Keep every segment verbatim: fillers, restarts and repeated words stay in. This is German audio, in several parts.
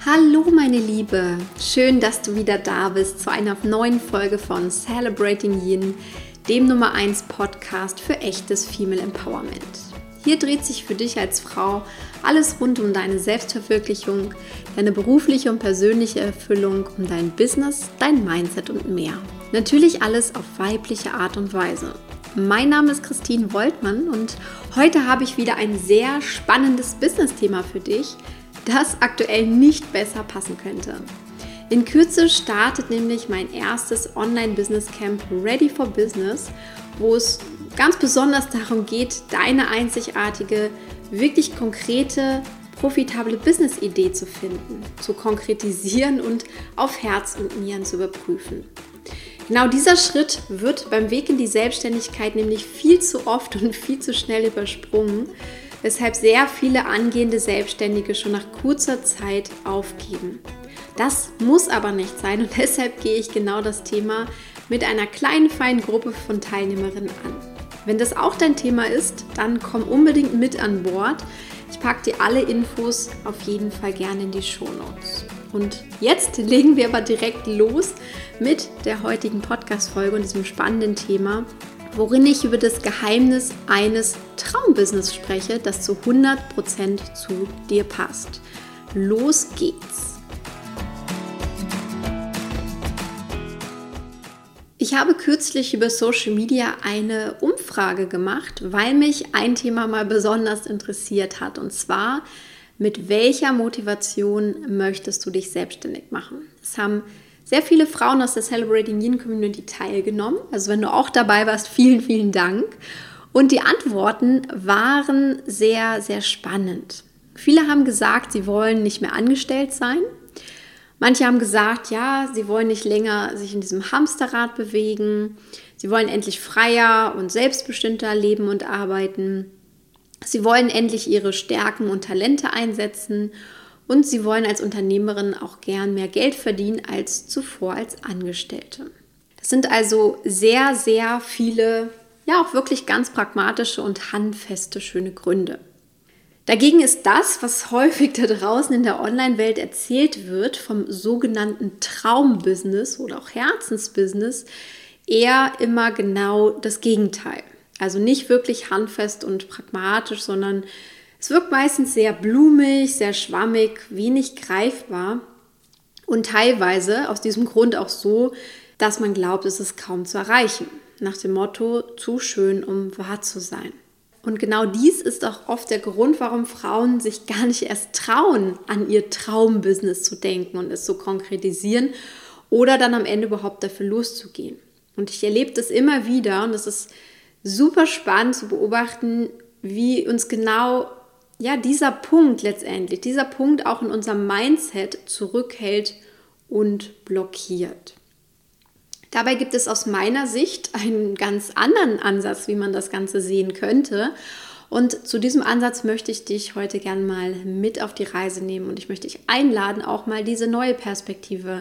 Hallo meine Liebe, schön, dass du wieder da bist zu einer neuen Folge von Celebrating Yin, dem Nummer eins Podcast für echtes Female Empowerment. Hier dreht sich für dich als Frau alles rund um deine Selbstverwirklichung, deine berufliche und persönliche Erfüllung, um dein Business, dein Mindset und mehr. Natürlich alles auf weibliche Art und Weise. Mein Name ist Christine Woltmann und heute habe ich wieder ein sehr spannendes Business-Thema für dich, das aktuell nicht besser passen könnte. In Kürze startet nämlich mein erstes Online-Business-Camp Ready for Business, wo es ganz besonders darum geht, deine einzigartige, wirklich konkrete, profitable Business-Idee zu finden, zu konkretisieren und auf Herz und Nieren zu überprüfen. Genau dieser Schritt wird beim Weg in die Selbstständigkeit nämlich viel zu oft und viel zu schnell übersprungen, weshalb sehr viele angehende Selbstständige schon nach kurzer Zeit aufgeben. Das muss aber nicht sein und deshalb gehe ich genau das Thema mit einer kleinen, feinen Gruppe von Teilnehmerinnen an. Wenn das auch dein Thema ist, dann komm unbedingt mit an Bord. Ich packe dir alle Infos auf jeden Fall gerne in die Shownotes. Und jetzt legen wir aber direkt los mit der heutigen Podcast-Folge und diesem spannenden Thema, worin ich über das Geheimnis eines Traumbusiness spreche, das zu hundert Prozent zu dir passt. Los geht's! Ich habe kürzlich über Social Media eine Umfrage gemacht, weil mich ein Thema mal besonders interessiert hat, und zwar: Mit welcher Motivation möchtest du dich selbstständig machen? Es haben sehr viele Frauen aus der Celebrating Yin Community teilgenommen. Also wenn du auch dabei warst, vielen, vielen Dank. Und die Antworten waren sehr, sehr spannend. Viele haben gesagt, sie wollen nicht mehr angestellt sein. Manche haben gesagt, ja, sie wollen nicht länger sich in diesem Hamsterrad bewegen. Sie wollen endlich freier und selbstbestimmter leben und arbeiten. Sie wollen endlich ihre Stärken und Talente einsetzen und sie wollen als Unternehmerin auch gern mehr Geld verdienen als zuvor als Angestellte. Das sind also sehr, sehr viele, ja auch wirklich ganz pragmatische und handfeste, schöne Gründe. Dagegen ist das, was häufig da draußen in der Online-Welt erzählt wird, vom sogenannten Traumbusiness oder auch Herzensbusiness, eher immer genau das Gegenteil. Also nicht wirklich handfest und pragmatisch, sondern es wirkt meistens sehr blumig, sehr schwammig, wenig greifbar und teilweise aus diesem Grund auch so, dass man glaubt, es ist kaum zu erreichen. Nach dem Motto, zu schön, um wahr zu sein. Und genau dies ist auch oft der Grund, warum Frauen sich gar nicht erst trauen, an ihr Traumbusiness zu denken und es zu konkretisieren oder dann am Ende überhaupt dafür loszugehen. Und ich erlebe das immer wieder und es ist super spannend zu beobachten, wie uns genau ja, dieser Punkt letztendlich, dieser Punkt auch in unserem Mindset zurückhält und blockiert. Dabei gibt es aus meiner Sicht einen ganz anderen Ansatz, wie man das Ganze sehen könnte. Und zu diesem Ansatz möchte ich dich heute gerne mal mit auf die Reise nehmen und ich möchte dich einladen, auch mal diese neue Perspektive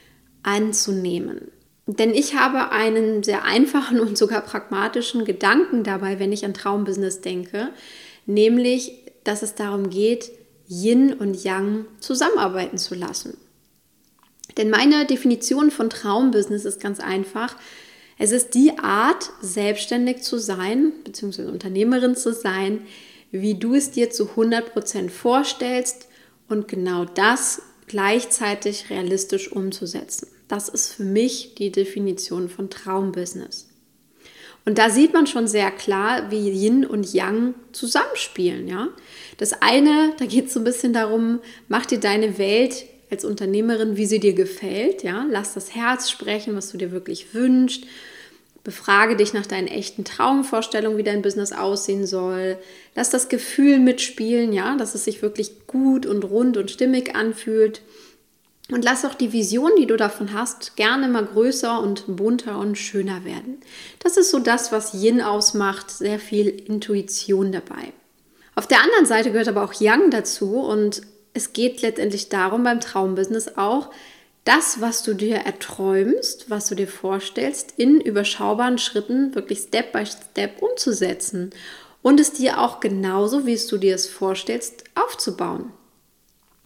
anzunehmen. Denn ich habe einen sehr einfachen und sogar pragmatischen Gedanken dabei, wenn ich an Traumbusiness denke, nämlich, dass es darum geht, Yin und Yang zusammenarbeiten zu lassen. Denn meine Definition von Traumbusiness ist ganz einfach. Es ist die Art, selbstständig zu sein, beziehungsweise Unternehmerin zu sein, wie du es dir zu hundert Prozent vorstellst und genau das gleichzeitig realistisch umzusetzen. Das ist für mich die Definition von Traumbusiness. Und da sieht man schon sehr klar, wie Yin und Yang zusammenspielen. Ja? Das eine, da geht es so ein bisschen darum, mach dir deine Welt als Unternehmerin, wie sie dir gefällt. Ja? Lass das Herz sprechen, was du dir wirklich wünschst. Befrage dich nach deinen echten Traumvorstellungen, wie dein Business aussehen soll. Lass das Gefühl mitspielen, ja? Dass es sich wirklich gut und rund und stimmig anfühlt. Und lass auch die Vision, die du davon hast, gerne mal größer und bunter und schöner werden. Das ist so das, was Yin ausmacht, sehr viel Intuition dabei. Auf der anderen Seite gehört aber auch Yang dazu und es geht letztendlich darum, beim Traumbusiness auch, das, was du dir erträumst, was du dir vorstellst, in überschaubaren Schritten wirklich Step by Step umzusetzen und es dir auch genauso, wie es du dir es vorstellst, aufzubauen.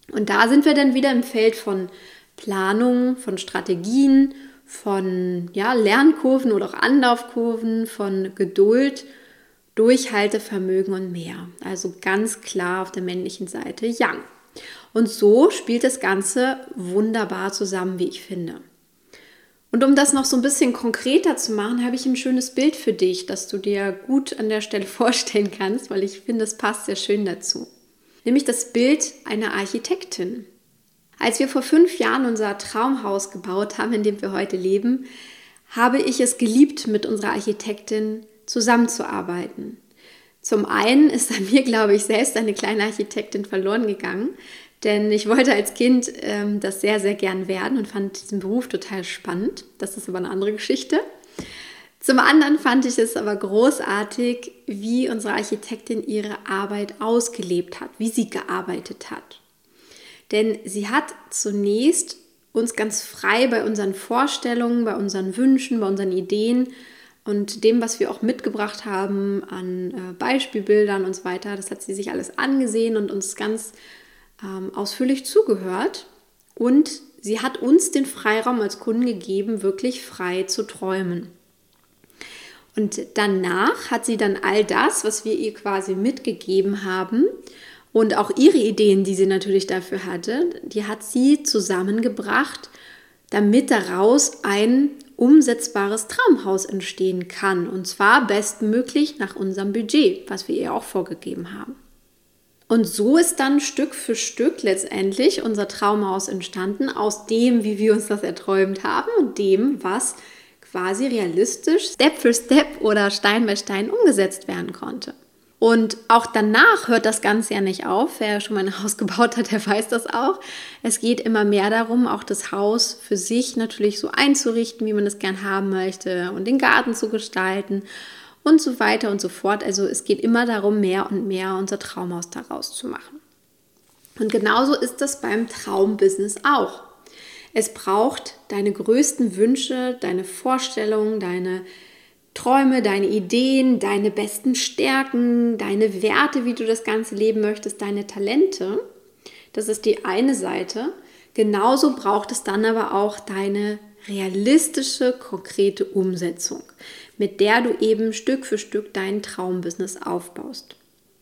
Und da sind wir dann wieder im Feld von Planung, von Strategien, von ja, Lernkurven oder auch Anlaufkurven, von Geduld, Durchhaltevermögen und mehr. Also ganz klar auf der männlichen Seite Yang. Und so spielt das Ganze wunderbar zusammen, wie ich finde. Und um das noch so ein bisschen konkreter zu machen, habe ich ein schönes Bild für dich, das du dir gut an der Stelle vorstellen kannst, weil ich finde, es passt sehr schön dazu. Nämlich das Bild einer Architektin. Als wir vor fünf Jahren unser Traumhaus gebaut haben, in dem wir heute leben, habe ich es geliebt, mit unserer Architektin zusammenzuarbeiten. Zum einen ist an mir, glaube ich, selbst eine kleine Architektin verloren gegangen, denn ich wollte als Kind ähm, das sehr, sehr gern werden und fand diesen Beruf total spannend. Das ist aber eine andere Geschichte. Zum anderen fand ich es aber großartig, wie unsere Architektin ihre Arbeit ausgelebt hat, wie sie gearbeitet hat. Denn sie hat zunächst uns ganz frei bei unseren Vorstellungen, bei unseren Wünschen, bei unseren Ideen und dem, was wir auch mitgebracht haben an äh, Beispielbildern und so weiter, das hat sie sich alles angesehen und uns ganz ähm, ausführlich zugehört. Und sie hat uns den Freiraum als Kunden gegeben, wirklich frei zu träumen. Und danach hat sie dann all das, was wir ihr quasi mitgegeben haben und auch ihre Ideen, die sie natürlich dafür hatte, die hat sie zusammengebracht, damit daraus ein umsetzbares Traumhaus entstehen kann. Und zwar bestmöglich nach unserem Budget, was wir ihr auch vorgegeben haben. Und so ist dann Stück für Stück letztendlich unser Traumhaus entstanden, aus dem, wie wir uns das erträumt haben und dem, was quasi realistisch Step für Step oder Stein bei Stein umgesetzt werden konnte. Und auch danach hört das Ganze ja nicht auf. Wer schon mal ein Haus gebaut hat, der weiß das auch. Es geht immer mehr darum, auch das Haus für sich natürlich so einzurichten, wie man es gern haben möchte und den Garten zu gestalten und so weiter und so fort. Also es geht immer darum, mehr und mehr unser Traumhaus daraus zu machen. Und genauso ist das beim Traumbusiness auch. Es braucht deine größten Wünsche, deine Vorstellungen, deine Träume, deine Ideen, deine besten Stärken, deine Werte, wie du das Ganze leben möchtest, deine Talente. Das ist die eine Seite. Genauso braucht es dann aber auch deine realistische, konkrete Umsetzung, mit der du eben Stück für Stück dein Traumbusiness aufbaust.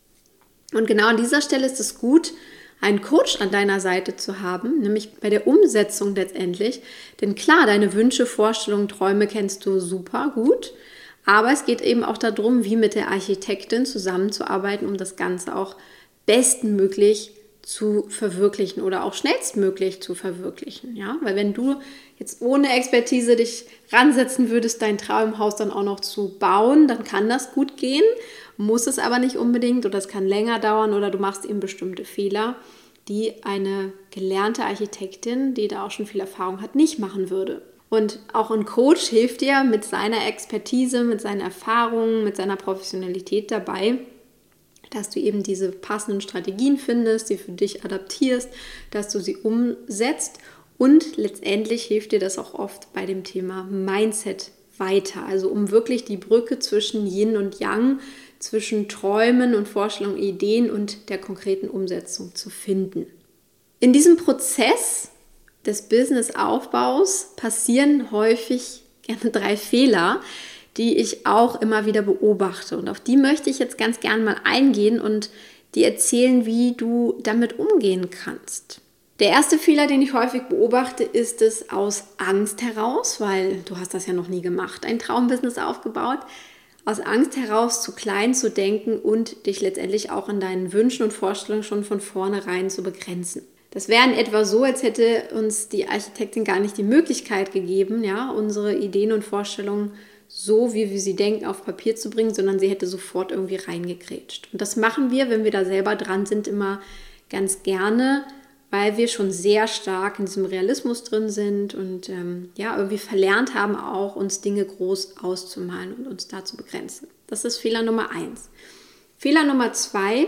Und genau an dieser Stelle ist es gut, einen Coach an deiner Seite zu haben, nämlich bei der Umsetzung letztendlich. Denn klar, deine Wünsche, Vorstellungen, Träume kennst du super gut, aber es geht eben auch darum, wie mit der Architektin zusammenzuarbeiten, um das Ganze auch bestmöglich zu verwirklichen oder auch schnellstmöglich zu verwirklichen. Ja? Weil wenn du jetzt ohne Expertise dich ransetzen würdest, dein Traumhaus dann auch noch zu bauen, dann kann das gut gehen, muss es aber nicht unbedingt oder es kann länger dauern oder du machst eben bestimmte Fehler, die eine gelernte Architektin, die da auch schon viel Erfahrung hat, nicht machen würde. Und auch ein Coach hilft dir mit seiner Expertise, mit seinen Erfahrungen, mit seiner Professionalität dabei, dass du eben diese passenden Strategien findest, die für dich adaptierst, dass du sie umsetzt und letztendlich hilft dir das auch oft bei dem Thema Mindset weiter. Also um wirklich die Brücke zwischen Yin und Yang, zwischen Träumen und Vorstellungen, Ideen und der konkreten Umsetzung zu finden. In diesem Prozess des Business-Aufbaus passieren häufig gerne drei Fehler, die ich auch immer wieder beobachte. Und auf die möchte ich jetzt ganz gern mal eingehen und dir erzählen, wie du damit umgehen kannst. Der erste Fehler, den ich häufig beobachte, ist es aus Angst heraus, weil du hast das ja noch nie gemacht, ein Traumbusiness aufgebaut, aus Angst heraus zu klein zu denken und dich letztendlich auch in deinen Wünschen und Vorstellungen schon von vornherein zu begrenzen. Das wäre in etwa so, als hätte uns die Architektin gar nicht die Möglichkeit gegeben, ja, unsere Ideen und Vorstellungen so, wie wir sie denken, auf Papier zu bringen, sondern sie hätte sofort irgendwie reingegrätscht. Und das machen wir, wenn wir da selber dran sind, immer ganz gerne, weil wir schon sehr stark in diesem Realismus drin sind und ähm, ja, irgendwie verlernt haben, auch uns Dinge groß auszumalen und uns da zu begrenzen. Das ist Fehler Nummer eins. Fehler Nummer zwei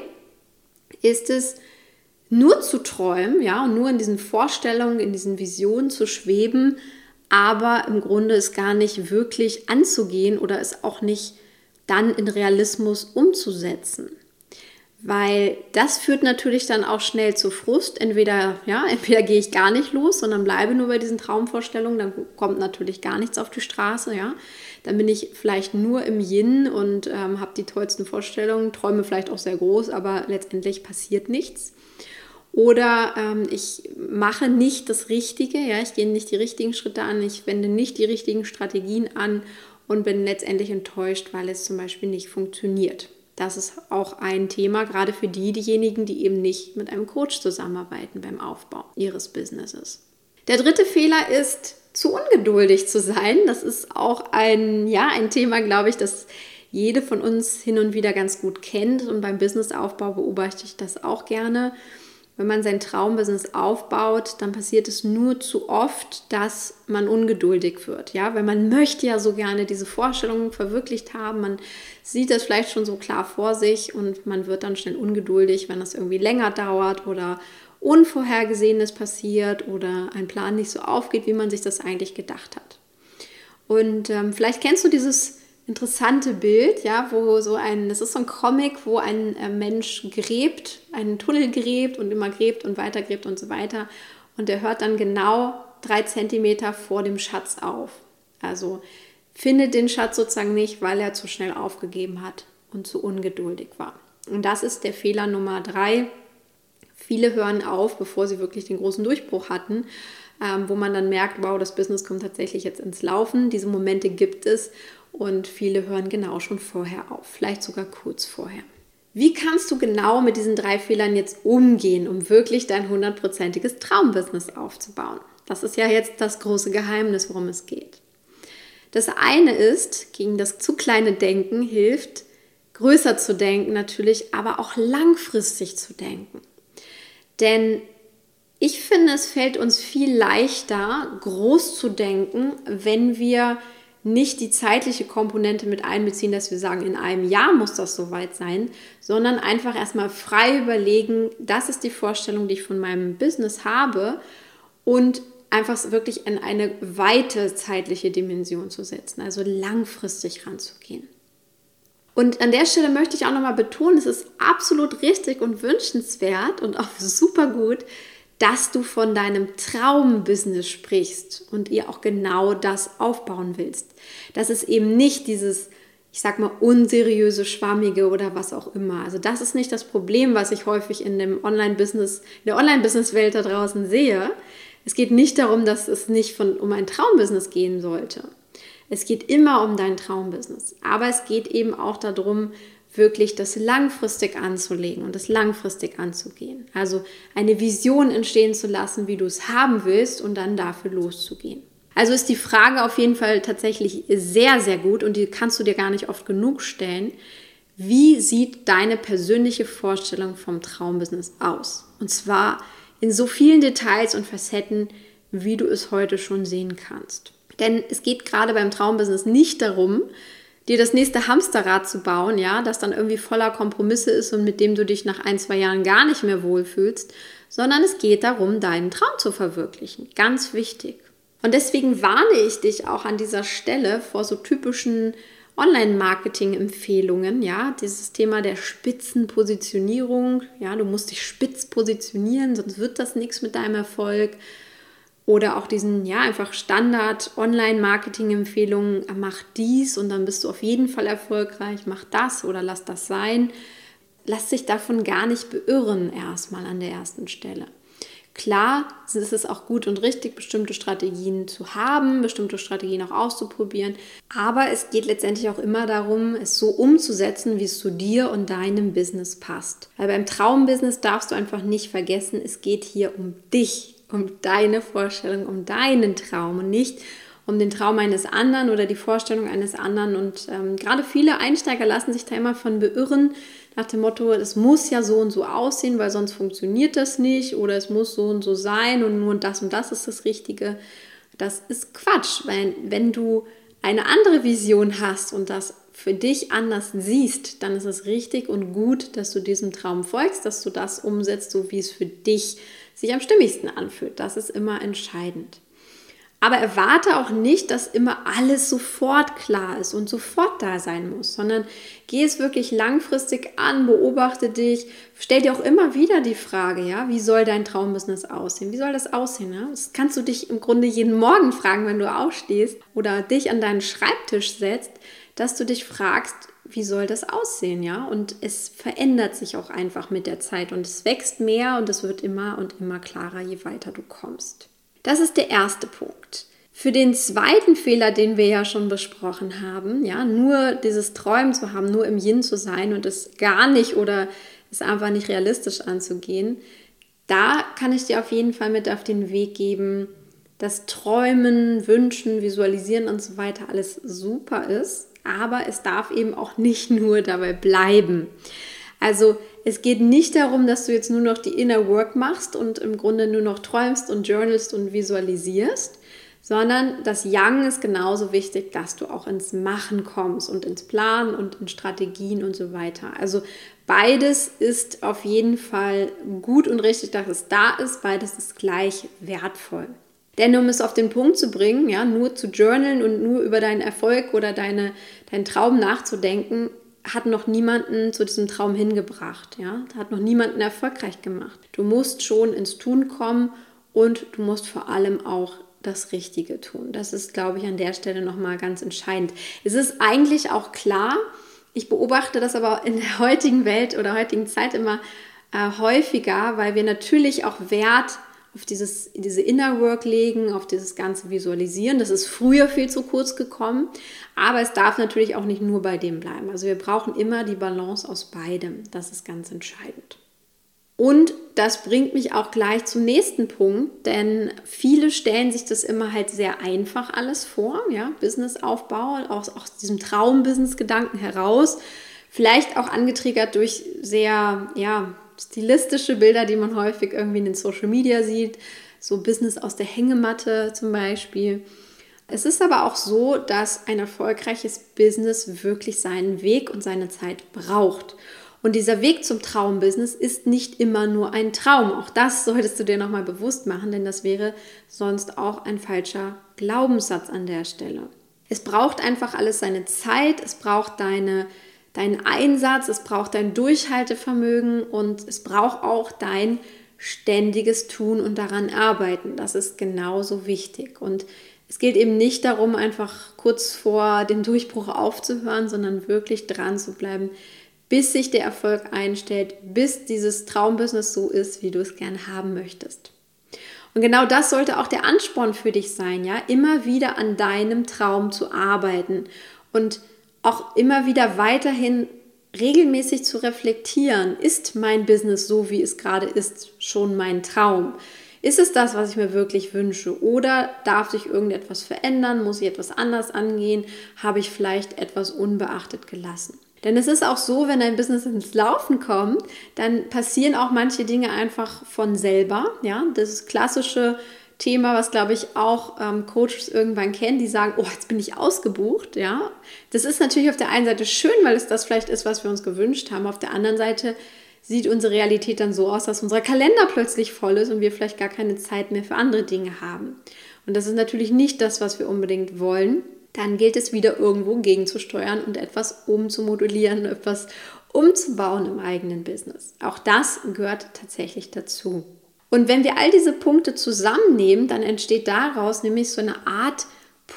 ist es, nur zu träumen, ja, und nur in diesen Vorstellungen, in diesen Visionen zu schweben, aber im Grunde es gar nicht wirklich anzugehen oder es auch nicht dann in Realismus umzusetzen. Weil das führt natürlich dann auch schnell zu Frust. Entweder, ja, entweder gehe ich gar nicht los, sondern bleibe nur bei diesen Traumvorstellungen, dann kommt natürlich gar nichts auf die Straße, ja. Dann bin ich vielleicht nur im Yin und ähm, habe die tollsten Vorstellungen, träume vielleicht auch sehr groß, aber letztendlich passiert nichts. Oder ähm, ich mache nicht das Richtige, ja, ich gehe nicht die richtigen Schritte an, ich wende nicht die richtigen Strategien an und bin letztendlich enttäuscht, weil es zum Beispiel nicht funktioniert. Das ist auch ein Thema, gerade für die, diejenigen, die eben nicht mit einem Coach zusammenarbeiten beim Aufbau ihres Businesses. Der dritte Fehler ist, zu ungeduldig zu sein. Das ist auch ein, ja, ein Thema, glaube ich, das jede von uns hin und wieder ganz gut kennt. Und beim Businessaufbau beobachte ich das auch gerne. Wenn man sein Traumbusiness aufbaut, dann passiert es nur zu oft, dass man ungeduldig wird. Ja? Weil man möchte ja so gerne diese Vorstellungen verwirklicht haben. Man sieht das vielleicht schon so klar vor sich und man wird dann schnell ungeduldig, wenn das irgendwie länger dauert oder Unvorhergesehenes passiert oder ein Plan nicht so aufgeht, wie man sich das eigentlich gedacht hat. Und ähm, vielleicht kennst du dieses interessante Bild, ja, wo so ein, das ist so ein Comic, wo ein äh, Mensch gräbt, einen Tunnel gräbt und immer gräbt und weiter gräbt und so weiter. Und der hört dann genau drei Zentimeter vor dem Schatz auf. Also findet den Schatz sozusagen nicht, weil er zu schnell aufgegeben hat und zu ungeduldig war. Und das ist der Fehler Nummer drei. Viele hören auf, bevor sie wirklich den großen Durchbruch hatten, ähm, wo man dann merkt, wow, das Business kommt tatsächlich jetzt ins Laufen. Diese Momente gibt es. Und viele hören genau schon vorher auf, vielleicht sogar kurz vorher. Wie kannst du genau mit diesen drei Fehlern jetzt umgehen, um wirklich dein hundertprozentiges Traumbusiness aufzubauen? Das ist ja jetzt das große Geheimnis, worum es geht. Das eine ist, gegen das zu kleine Denken hilft, größer zu denken natürlich, aber auch langfristig zu denken. Denn ich finde, es fällt uns viel leichter, groß zu denken, wenn wir nicht die zeitliche Komponente mit einbeziehen, dass wir sagen, in einem Jahr muss das soweit sein, sondern einfach erstmal frei überlegen, das ist die Vorstellung, die ich von meinem Business habe und einfach wirklich in eine weite zeitliche Dimension zu setzen, also langfristig ranzugehen. Und an der Stelle möchte ich auch nochmal betonen, es ist absolut richtig und wünschenswert und auch super gut, dass du von deinem Traumbusiness sprichst und ihr auch genau das aufbauen willst. Das ist eben nicht dieses, ich sag mal, unseriöse, schwammige oder was auch immer. Also das ist nicht das Problem, was ich häufig in dem Online-Business, in der Online-Business-Welt da draußen sehe. Es geht nicht darum, dass es nicht von, um ein Traumbusiness gehen sollte. Es geht immer um dein Traumbusiness. Aber es geht eben auch darum, wirklich das langfristig anzulegen und das langfristig anzugehen. Also eine Vision entstehen zu lassen, wie du es haben willst und dann dafür loszugehen. Also ist die Frage auf jeden Fall tatsächlich sehr, sehr gut und die kannst du dir gar nicht oft genug stellen. Wie sieht deine persönliche Vorstellung vom Traumbusiness aus? Und zwar in so vielen Details und Facetten, wie du es heute schon sehen kannst. Denn es geht gerade beim Traumbusiness nicht darum, dir das nächste Hamsterrad zu bauen, ja, das dann irgendwie voller Kompromisse ist und mit dem du dich nach ein, zwei Jahren gar nicht mehr wohlfühlst, sondern es geht darum, deinen Traum zu verwirklichen. Ganz wichtig. Und deswegen warne ich dich auch an dieser Stelle vor so typischen Online-Marketing-Empfehlungen, ja, dieses Thema der Spitzenpositionierung, ja, du musst dich spitz positionieren, sonst wird das nichts mit deinem Erfolg. Oder auch diesen, ja, einfach Standard-Online-Marketing-Empfehlungen, mach dies und dann bist du auf jeden Fall erfolgreich, mach das oder lass das sein. Lass dich davon gar nicht beirren erstmal an der ersten Stelle. Klar ist es auch gut und richtig, bestimmte Strategien zu haben, bestimmte Strategien auch auszuprobieren, aber es geht letztendlich auch immer darum, es so umzusetzen, wie es zu dir und deinem Business passt. Weil beim Traumbusiness darfst du einfach nicht vergessen, es geht hier um dich. Um deine Vorstellung, um deinen Traum und nicht um den Traum eines anderen oder die Vorstellung eines anderen. Und ähm, gerade viele Einsteiger lassen sich da immer von beirren, nach dem Motto, es muss ja so und so aussehen, weil sonst funktioniert das nicht oder es muss so und so sein und nur das und das ist das Richtige. Das ist Quatsch, weil wenn du eine andere Vision hast und das für dich anders siehst, dann ist es richtig und gut, dass du diesem Traum folgst, dass du das umsetzt, so wie es für dich sich am stimmigsten anfühlt. Das ist immer entscheidend. Aber erwarte auch nicht, dass immer alles sofort klar ist und sofort da sein muss, sondern geh es wirklich langfristig an, beobachte dich, stell dir auch immer wieder die Frage, ja, wie soll dein Traumbusiness aussehen? Wie soll das aussehen? Ja? Das kannst du dich im Grunde jeden Morgen fragen, wenn du aufstehst oder dich an deinen Schreibtisch setzt, dass du dich fragst, wie soll das aussehen, ja? Und es verändert sich auch einfach mit der Zeit und es wächst mehr und es wird immer und immer klarer, je weiter du kommst. Das ist der erste Punkt. Für den zweiten Fehler, den wir ja schon besprochen haben, ja, nur dieses Träumen zu haben, nur im Yin zu sein und es gar nicht oder es einfach nicht realistisch anzugehen, da kann ich dir auf jeden Fall mit auf den Weg geben, dass Träumen, Wünschen, Visualisieren und so weiter alles super ist, aber es darf eben auch nicht nur dabei bleiben. Also es geht nicht darum, dass du jetzt nur noch die Inner Work machst und im Grunde nur noch träumst und journalst und visualisierst, sondern das Yang ist genauso wichtig, dass du auch ins Machen kommst und ins Planen und in Strategien und so weiter. Also beides ist auf jeden Fall gut und richtig, dass es da ist. Beides ist gleich wertvoll. Denn um es auf den Punkt zu bringen, ja, nur zu journalen und nur über deinen Erfolg oder deine, deinen Traum nachzudenken, hat noch niemanden zu diesem Traum hingebracht, ja, hat noch niemanden erfolgreich gemacht. Du musst schon ins Tun kommen und du musst vor allem auch das Richtige tun. Das ist, glaube ich, an der Stelle nochmal ganz entscheidend. Es ist eigentlich auch klar, ich beobachte das aber in der heutigen Welt oder heutigen Zeit immer äh, häufiger, weil wir natürlich auch Wert auf dieses, diese Inner Work legen, auf dieses ganze Visualisieren. Das ist früher viel zu kurz gekommen, aber es darf natürlich auch nicht nur bei dem bleiben. Also wir brauchen immer die Balance aus beidem. Das ist ganz entscheidend. Und das bringt mich auch gleich zum nächsten Punkt, denn viele stellen sich das immer halt sehr einfach alles vor, ja, Businessaufbau, aus, aus diesem Traum-Business-Gedanken heraus, vielleicht auch angetriggert durch sehr, ja, stilistische Bilder, die man häufig irgendwie in den Social Media sieht, so Business aus der Hängematte zum Beispiel. Es ist aber auch so, dass ein erfolgreiches Business wirklich seinen Weg und seine Zeit braucht. Und dieser Weg zum Traumbusiness ist nicht immer nur ein Traum. Auch das solltest du dir nochmal bewusst machen, denn das wäre sonst auch ein falscher Glaubenssatz an der Stelle. Es braucht einfach alles seine Zeit, es braucht deine dein Einsatz, es braucht dein Durchhaltevermögen und es braucht auch dein ständiges Tun und daran arbeiten. Das ist genauso wichtig. Und es geht eben nicht darum, einfach kurz vor dem Durchbruch aufzuhören, sondern wirklich dran zu bleiben, bis sich der Erfolg einstellt, bis dieses Traumbusiness so ist, wie du es gerne haben möchtest. Und genau das sollte auch der Ansporn für dich sein, ja, immer wieder an deinem Traum zu arbeiten und auch immer wieder weiterhin regelmäßig zu reflektieren, ist mein Business so, wie es gerade ist, schon mein Traum? Ist es das, was ich mir wirklich wünsche? Oder darf sich irgendetwas verändern? Muss ich etwas anders angehen? Habe ich vielleicht etwas unbeachtet gelassen? Denn es ist auch so, wenn ein Business ins Laufen kommt, dann passieren auch manche Dinge einfach von selber. Ja, das klassische Thema, was, glaube ich, auch ähm, Coaches irgendwann kennen, die sagen, oh, jetzt bin ich ausgebucht, ja. Das ist natürlich auf der einen Seite schön, weil es das vielleicht ist, was wir uns gewünscht haben. Auf der anderen Seite sieht unsere Realität dann so aus, dass unser Kalender plötzlich voll ist und wir vielleicht gar keine Zeit mehr für andere Dinge haben. Und das ist natürlich nicht das, was wir unbedingt wollen. Dann gilt es wieder irgendwo gegenzusteuern und etwas umzumodulieren, etwas umzubauen im eigenen Business. Auch das gehört tatsächlich dazu. Und wenn wir all diese Punkte zusammennehmen, dann entsteht daraus nämlich so eine Art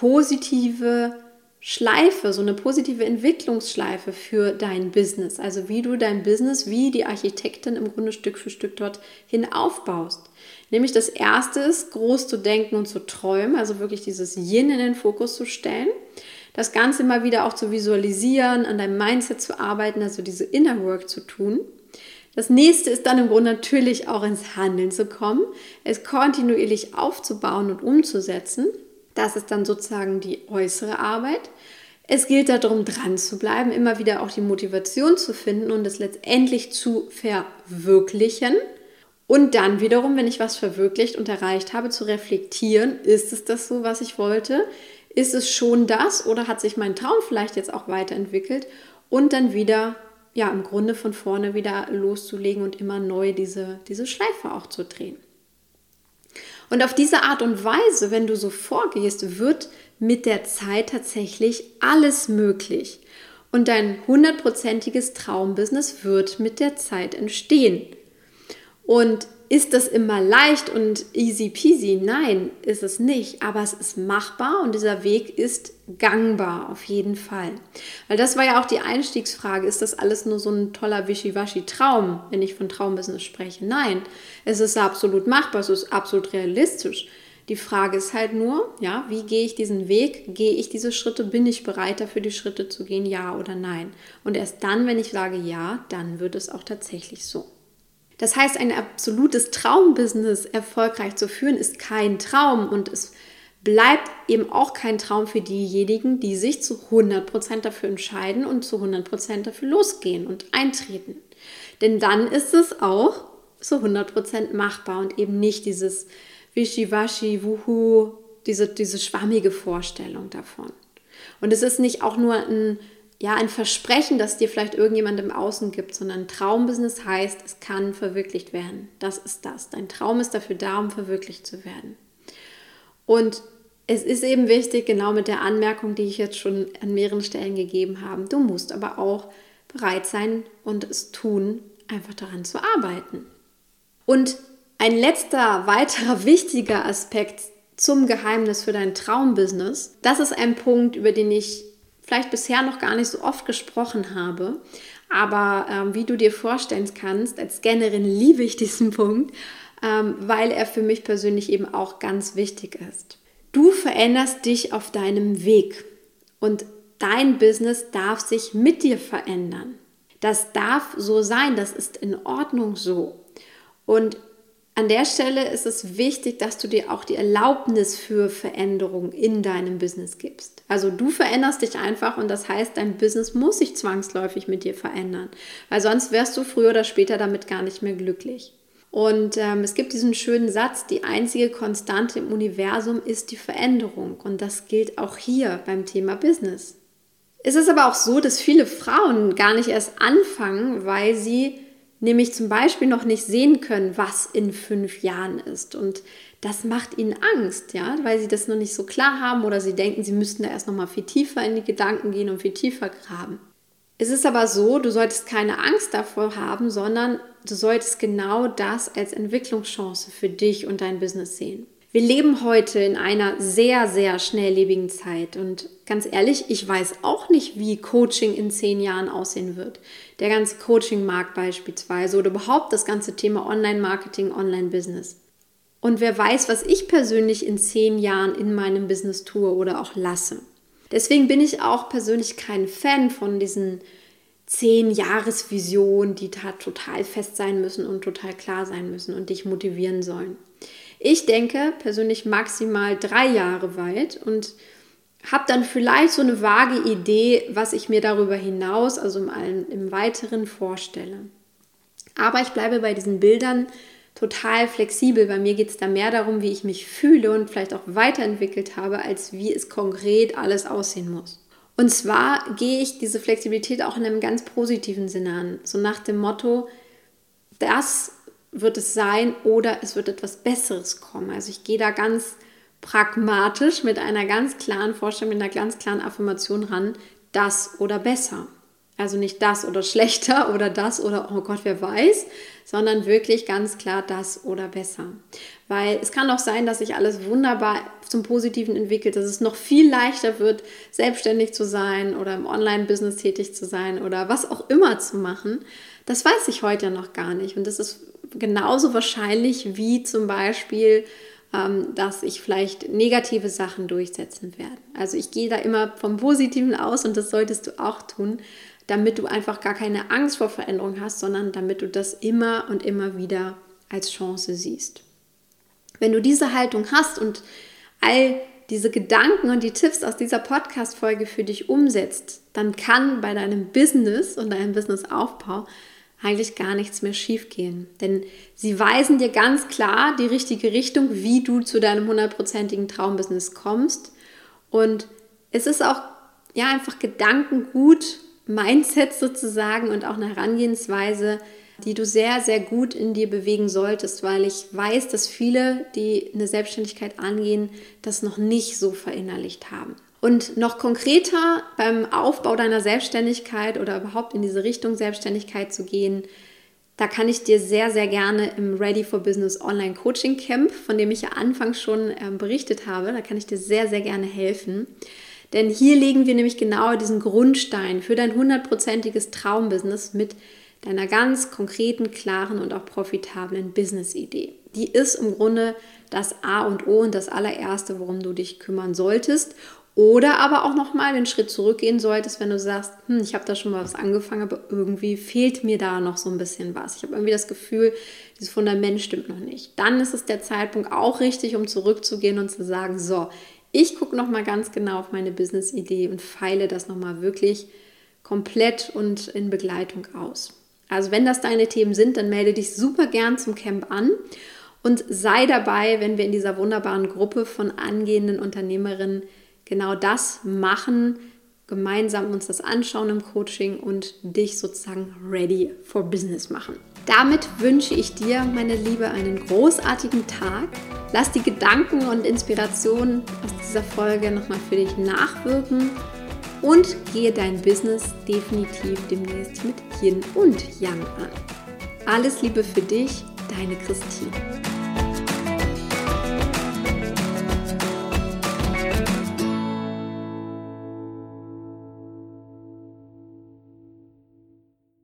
positive Schleife, so eine positive Entwicklungsschleife für dein Business. Also wie du dein Business, wie die Architektin im Grunde Stück für Stück dorthin aufbaust. Nämlich das erste ist, groß zu denken und zu träumen, also wirklich dieses Yin in den Fokus zu stellen. Das Ganze immer wieder auch zu visualisieren, an deinem Mindset zu arbeiten, also diese Inner Work zu tun. Das nächste ist dann im Grunde natürlich auch ins Handeln zu kommen, es kontinuierlich aufzubauen und umzusetzen. Das ist dann sozusagen die äußere Arbeit. Es gilt darum, dran zu bleiben, immer wieder auch die Motivation zu finden und es letztendlich zu verwirklichen. Und dann wiederum, wenn ich was verwirklicht und erreicht habe, zu reflektieren, ist es das so, was ich wollte? Ist es schon das oder hat sich mein Traum vielleicht jetzt auch weiterentwickelt? Und dann wieder, ja, im Grunde von vorne wieder loszulegen und immer neu diese, diese Schleife auch zu drehen. Und auf diese Art und Weise, wenn du so vorgehst, wird mit der Zeit tatsächlich alles möglich. Und dein hundertprozentiges Traumbusiness wird mit der Zeit entstehen. Und ist das immer leicht und easy peasy? Nein, ist es nicht. Aber es ist machbar und dieser Weg ist gangbar auf jeden Fall. Weil das war ja auch die Einstiegsfrage. Ist das alles nur so ein toller Wischiwaschi-Traum, wenn ich von Traumbusiness spreche? Nein, es ist absolut machbar, es ist absolut realistisch. Die Frage ist halt nur, ja, wie gehe ich diesen Weg? Gehe ich diese Schritte? Bin ich bereit dafür, die Schritte zu gehen? Ja oder nein? Und erst dann, wenn ich sage ja, dann wird es auch tatsächlich so. Das heißt, ein absolutes Traumbusiness erfolgreich zu führen, ist kein Traum und es bleibt eben auch kein Traum für diejenigen, die sich zu hundert Prozent dafür entscheiden und zu hundert Prozent dafür losgehen und eintreten. Denn dann ist es auch zu hundert Prozent machbar und eben nicht dieses Wischiwaschi, Wuhu, diese, diese schwammige Vorstellung davon. Und es ist nicht auch nur ein Ja, ein Versprechen, das dir vielleicht irgendjemand im Außen gibt, sondern ein Traumbusiness heißt, es kann verwirklicht werden. Das ist das. Dein Traum ist dafür da, um verwirklicht zu werden. Und es ist eben wichtig, genau mit der Anmerkung, die ich jetzt schon an mehreren Stellen gegeben habe, du musst aber auch bereit sein und es tun, einfach daran zu arbeiten. Und ein letzter, weiterer wichtiger Aspekt zum Geheimnis für dein Traumbusiness, das ist ein Punkt, über den ich vielleicht bisher noch gar nicht so oft gesprochen habe, aber ähm, wie du dir vorstellen kannst, als Scannerin liebe ich diesen Punkt, ähm, weil er für mich persönlich eben auch ganz wichtig ist. Du veränderst dich auf deinem Weg und dein Business darf sich mit dir verändern. Das darf so sein, das ist in Ordnung so. Und an der Stelle ist es wichtig, dass du dir auch die Erlaubnis für Veränderung in deinem Business gibst. Also du veränderst dich einfach und das heißt, dein Business muss sich zwangsläufig mit dir verändern, weil sonst wärst du früher oder später damit gar nicht mehr glücklich. Und ähm, es gibt diesen schönen Satz, die einzige Konstante im Universum ist die Veränderung und das gilt auch hier beim Thema Business. Es ist aber auch so, dass viele Frauen gar nicht erst anfangen, weil sie nämlich zum Beispiel noch nicht sehen können, was in fünf Jahren ist. Und das macht ihnen Angst, ja, weil sie das noch nicht so klar haben oder sie denken, sie müssten da erst noch mal viel tiefer in die Gedanken gehen und viel tiefer graben. Es ist aber so, du solltest keine Angst davor haben, sondern du solltest genau das als Entwicklungschance für dich und dein Business sehen. Wir leben heute in einer sehr, sehr schnelllebigen Zeit und ganz ehrlich, ich weiß auch nicht, wie Coaching in zehn Jahren aussehen wird. Der ganze Coaching-Markt beispielsweise oder überhaupt das ganze Thema Online-Marketing, Online-Business. Und wer weiß, was ich persönlich in zehn Jahren in meinem Business tue oder auch lasse. Deswegen bin ich auch persönlich kein Fan von diesen zehn-Jahres-Visionen, die da total fest sein müssen und total klar sein müssen und dich motivieren sollen. Ich denke persönlich maximal drei Jahre weit und habe dann vielleicht so eine vage Idee, was ich mir darüber hinaus, also im, im Weiteren vorstelle. Aber ich bleibe bei diesen Bildern total flexibel. Bei mir geht es da mehr darum, wie ich mich fühle und vielleicht auch weiterentwickelt habe, als wie es konkret alles aussehen muss. Und zwar gehe ich diese Flexibilität auch in einem ganz positiven Sinne an. So nach dem Motto, das wird es sein oder es wird etwas Besseres kommen. Also ich gehe da ganz pragmatisch mit einer ganz klaren Vorstellung, mit einer ganz klaren Affirmation ran, das oder besser. Also nicht das oder schlechter oder das oder oh Gott, wer weiß, sondern wirklich ganz klar das oder besser. Weil es kann auch sein, dass sich alles wunderbar zum Positiven entwickelt, dass es noch viel leichter wird, selbstständig zu sein oder im Online-Business tätig zu sein oder was auch immer zu machen. Das weiß ich heute noch gar nicht und das ist genauso wahrscheinlich wie zum Beispiel, ähm, dass ich vielleicht negative Sachen durchsetzen werde. Also ich gehe da immer vom Positiven aus und das solltest du auch tun, damit du einfach gar keine Angst vor Veränderung hast, sondern damit du das immer und immer wieder als Chance siehst. Wenn du diese Haltung hast und all diese Gedanken und die Tipps aus dieser Podcast-Folge für dich umsetzt, dann kann bei deinem Business und deinem Businessaufbau eigentlich gar nichts mehr schiefgehen. Denn sie weisen dir ganz klar die richtige Richtung, wie du zu deinem hundertprozentigen Traumbusiness kommst. Und es ist auch ja einfach Gedankengut, Mindset sozusagen und auch eine Herangehensweise, die du sehr, sehr gut in dir bewegen solltest, weil ich weiß, dass viele, die eine Selbstständigkeit angehen, das noch nicht so verinnerlicht haben. Und noch konkreter beim Aufbau deiner Selbstständigkeit oder überhaupt in diese Richtung Selbstständigkeit zu gehen, da kann ich dir sehr, sehr gerne im Ready for Business Online Coaching Camp, von dem ich ja anfangs schon äh, berichtet habe, da kann ich dir sehr, sehr gerne helfen. Denn hier legen wir nämlich genau diesen Grundstein für dein hundertprozentiges Traumbusiness mit deiner ganz konkreten, klaren und auch profitablen Business-Idee. Die ist im Grunde das A und O und das allererste, worum du dich kümmern solltest. Oder aber auch nochmal den Schritt zurückgehen solltest, wenn du sagst, hm, ich habe da schon mal was angefangen, aber irgendwie fehlt mir da noch so ein bisschen was. Ich habe irgendwie das Gefühl, dieses Fundament stimmt noch nicht. Dann ist es der Zeitpunkt auch richtig, um zurückzugehen und zu sagen, so, ich gucke nochmal ganz genau auf meine Business-Idee und feile das nochmal wirklich komplett und in Begleitung aus. Also wenn das deine Themen sind, dann melde dich super gern zum Camp an und sei dabei, wenn wir in dieser wunderbaren Gruppe von angehenden Unternehmerinnen genau das machen, gemeinsam uns das anschauen im Coaching und dich sozusagen ready for business machen. Damit wünsche ich dir, meine Liebe, einen großartigen Tag. Lass die Gedanken und Inspirationen aus dieser Folge nochmal für dich nachwirken und gehe dein Business definitiv demnächst mit Yin und Yang an. Alles Liebe für dich, deine Christine.